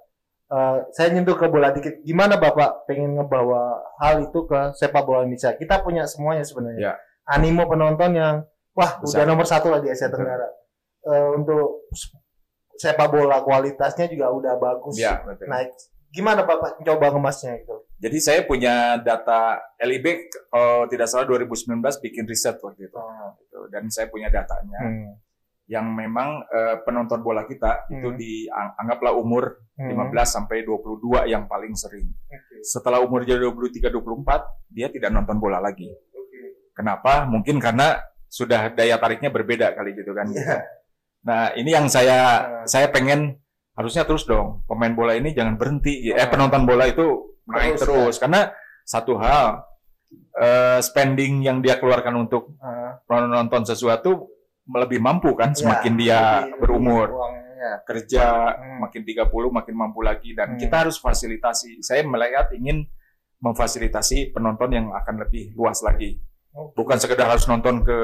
saya nyentuh ke bola dikit. Gimana Bapak pengen ngebawa hal itu ke sepak bola Indonesia? Kita punya semuanya sebenarnya. Animo penonton yang udah nomor 1 lah di Asia Tenggara. Untuk sepak bola kualitasnya juga udah bagus. Naik. Gimana Bapak coba ngemasnya gitu? Jadi saya punya data LIB kalau tidak salah 2019 bikin riset waktu itu. Dan saya punya datanya. Yang memang penonton bola kita itu dianggaplah umur 15 sampai 22 yang paling sering. Setelah umur jadi 23-24 dia tidak nonton bola lagi. Kenapa? Mungkin karena sudah daya tariknya berbeda kali gitu kan. Nah, ini yang saya pengen harusnya terus dong. Pemain bola ini jangan berhenti. Penonton bola itu naik terus. Karena satu hal spending yang dia keluarkan untuk menonton sesuatu lebih mampu kan semakin dia berumur. Kerja makin 30 makin mampu lagi dan kita harus fasilitasi. Saya melihat ingin memfasilitasi penonton yang akan lebih luas lagi. Bukan sekedar harus nonton ke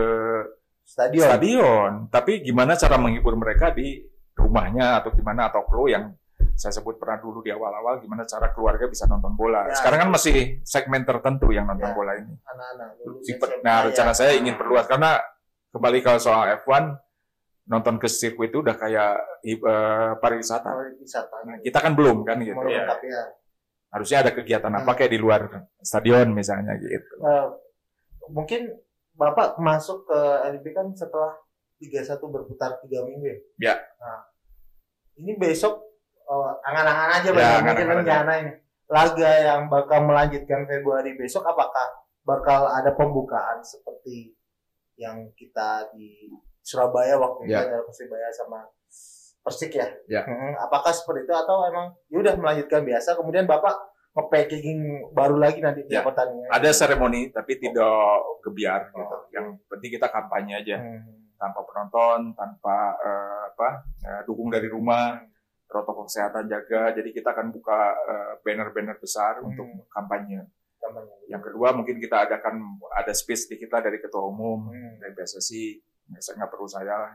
stadion, tapi gimana cara menghibur mereka di rumahnya atau gimana, atau pro yang saya sebut pernah dulu di awal-awal, gimana cara keluarga bisa nonton bola. Sekarang kan masih segmen tertentu yang nonton bola ini. Nah, rencana saya ingin perluas karena kembali kalau soal F1, nonton ke sirkuit itu udah kayak pariwisata. Nah, kita kan belum kan gitu. Harusnya ada kegiatan apa kayak di luar stadion misalnya gitu. Mungkin Bapak masuk ke LIB kan setelah Liga 1 berputar 3 minggu ya? Nah, ini besok angan-angan aja mungkin rencana ini. Laga yang bakal melanjutkan Februari besok, apakah bakal ada pembukaan seperti yang kita di Surabaya waktu itu ada Persibaya sama Persik ya? Apakah seperti itu atau emang udah melanjutkan biasa kemudian Bapak nge-packing baru lagi nanti di pertandingan? Ada seremoni tapi tidak gebiar gitu. Yang penting kita kampanye aja. Tanpa penonton, tanpa dukung dari rumah, protokol kesehatan jaga. Jadi kita akan buka banner-banner besar untuk kampanye. Yang kedua mungkin kita ada space di kita dari ketua umum, dari PSSI. Saya nggak perlu saya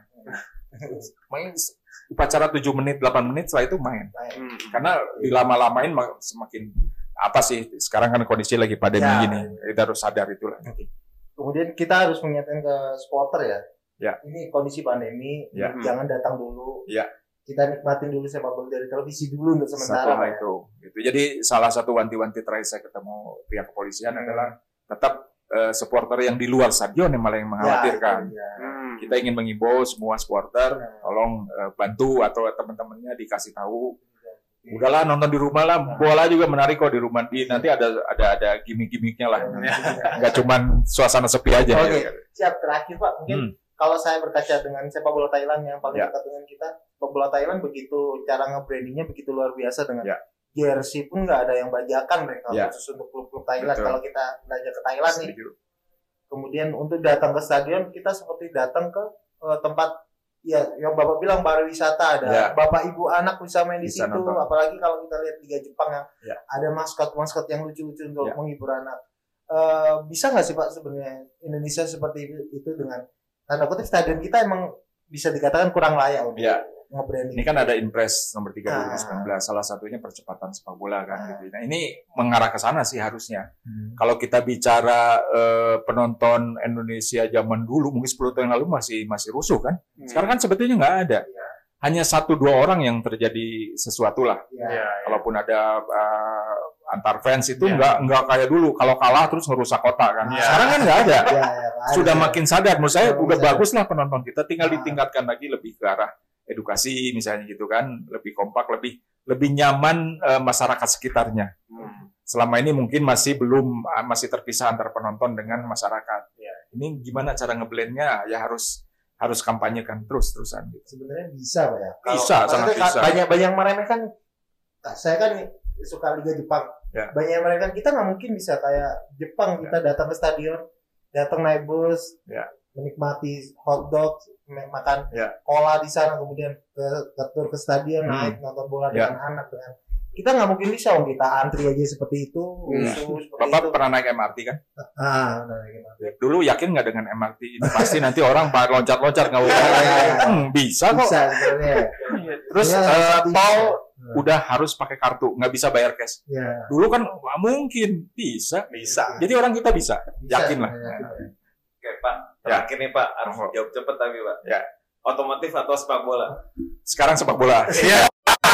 main upacara 7 menit, 8 menit, setelah itu main. Karena dilama-lamain semakin apa sih, sekarang kan kondisi lagi pandemi gini, kita harus sadar itulah. Kemudian kita harus mengingatkan ke supporter ini kondisi pandemi, jangan datang dulu. Kita nikmatin dulu sepak bola dari televisi dulu untuk sementara. Itu. Jadi salah satu wanti-wanti terakhir saya ketemu pihak kepolisian adalah tetap supporter yang di luar stadion yang malah yang mengkhawatirkan. Kita ingin mengimbau semua supporter, tolong bantu atau teman-temannya dikasih tahu. Udahlah nonton di rumah lah, bola juga menarik kok di rumah. Nanti ada gimmick-gimmicknya lah. Nggak cuman suasana sepi aja. Siap. Terakhir Pak, mungkin kalau saya berkaca dengan sepak bola Thailand yang paling dekat dengan kita, sepak bola Thailand begitu cara nge-brandingnya begitu luar biasa dengan jersey pun nggak ada yang bajakan mereka khusus untuk klub-klub Thailand. Kalau kita belajar ke Thailand nih, kemudian untuk datang ke stadion kita seperti datang ke tempat yang Bapak bilang pariwisata, ada bapak ibu anak bisa main di situ. Apalagi kalau kita lihat Liga Jepang yang ada maskot yang lucu-lucu untuk menghibur anak. Bisa nggak sih Pak sebenarnya Indonesia seperti itu dengan tanda kutip stadion kita emang bisa dikatakan kurang layak untuk nge-branding. Ini kan ada Impres nomor 3 2019, salah satunya percepatan sepak bola kan gitu. Nah, ini mengarah ke sana sih harusnya. Kalau kita bicara penonton Indonesia zaman dulu mungkin 10 tahun yang lalu masih rusuh kan. Sekarang kan sebetulnya nggak ada. Hanya 1-2 orang yang terjadi sesuatu lah. Kalaupun ada antar fans itu nggak kayak dulu kalau kalah terus ngerusak kota kan. Sekarang kan nggak ada. Sudah makin sadar. Menurut saya udah bagus lah penonton kita, tinggal ditingkatkan lagi lebih ke arah edukasi misalnya gitu kan, lebih kompak, lebih nyaman masyarakat sekitarnya. Selama ini mungkin masih terpisah antara penonton dengan masyarakat. Ini gimana cara ngeblendnya? Ya harus kampanyekan terus-terusan gitu. Sebenarnya bisa Pak ya. Sangat bisa. Banyak meremehkan. Saya kan suka Liga Jepang. Banyak yang meremehkan, kita nggak mungkin bisa kayak Jepang, kita datang ke stadion, datang naik bus, menikmati hotdog, makan cola di sana, kemudian ke tur ke stadion, naik nonton bola dengan anak, kita nggak mungkin bisa, kita antri aja seperti itu. Bapak pernah naik MRT kan? Naik MRT. Dulu yakin nggak dengan MRT ini pasti nanti orang loncat-loncat nggak bisa kok. Bisa sebenarnya. Terus udah harus pakai kartu, nggak bisa bayar cash. Dulu kan nggak mungkin, bisa. Jadi orang kita bisa. Yakin lah. Oke Pak, terakhir nih Pak, harus jawab cepat tapi Pak. Ya. Otomotif atau sepak bola? Sekarang sepak bola. Iya.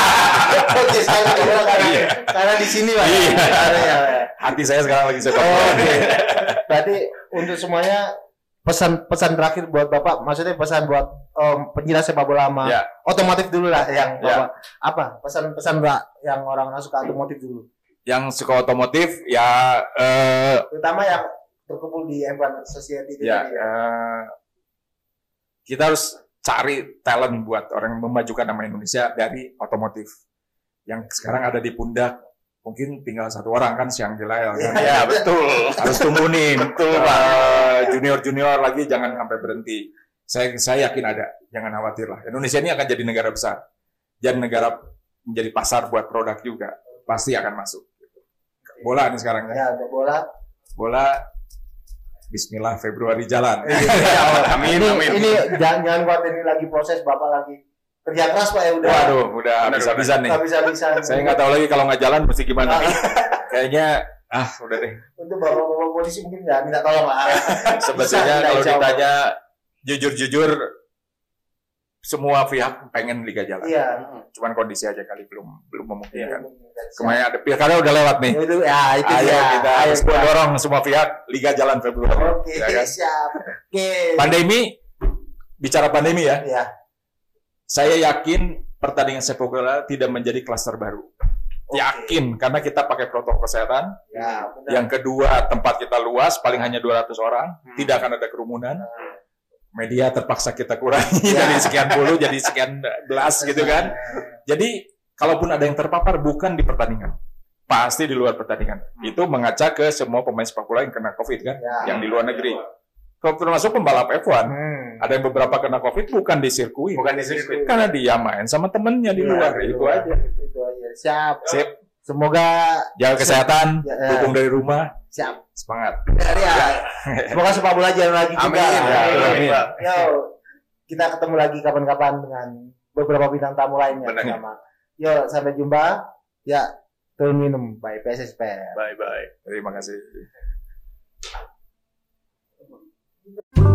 Karena di sini Pak. Iya. Hati saya sekarang lagi sepak bola. Berarti untuk semuanya pesan terakhir buat Bapak, maksudnya pesan buat penjilat sepak bola sama otomotif dulu lah yang Bapak. Apa pesan Mbak yang orang suka otomotif dulu? Yang suka otomotif ya terutama yang terkumpul di F1 Society kita harus cari talent buat orang yang memajukan nama Indonesia dari otomotif yang sekarang ada di pundak. Mungkin tinggal satu orang kan Siang Gilael kan. Ya betul. Harus tunggu nih. Betul Pak. Junior lagi jangan sampai berhenti. Saya yakin ada. Jangan khawatir lah. Indonesia ini akan jadi negara besar. Dan negara menjadi pasar buat produk juga. Pasti akan masuk. Bola nih sekarang kan. Ya, bola Bismillah Februari jalan. Amin. Ini jangan khawatir, ini lagi proses, Bapak lagi kerja keras Pak ya udah. Waduh, udah habis-habisan nih. Habis-habisan. Saya nggak tahu lagi kalau nggak jalan mesti gimana. Kayaknya udah deh. Untuk bapak-bapak polisi mungkin nggak minta tolong lah. Sebetulnya kalau ditanya jujur semua pihak pengen liga jalan. Iya. Cuman kondisi aja kali belum memungkinkan. Kemarin ada pilkada udah lewat nih. Itu kita dorong semua pihak liga jalan Februari. Oke, siap. Oke. Bicara pandemi ya. Iya. Saya yakin pertandingan sepak bola tidak menjadi klaster baru. Yakin karena kita pakai protokol kesehatan. Ya, yang kedua, tempat kita luas, paling hanya 200 orang, tidak akan ada kerumunan. Media terpaksa kita kurangi dari sekian puluh jadi sekian belas gitu kan. Jadi kalaupun ada yang terpapar bukan di pertandingan, pasti di luar pertandingan. Itu mengaca ke semua pemain sepak bola yang kena COVID kan, yang di luar negeri. Termasuk pembalap F1. Ada yang beberapa kena COVID bukan di sirkuit. Karena dia main sama temennya di luar. Itu aja. Siap. Sip. Semoga jaga kesehatan, dukung dari rumah. Siap. Semangat. Semoga sepak bola jalan lagi juga. Amin. Yo, kita ketemu lagi kapan-kapan dengan beberapa bintang tamu lainnya. Yo, sampai jumpa. Ya, turun minum. Bye, PSSP. Bye. Terima kasih.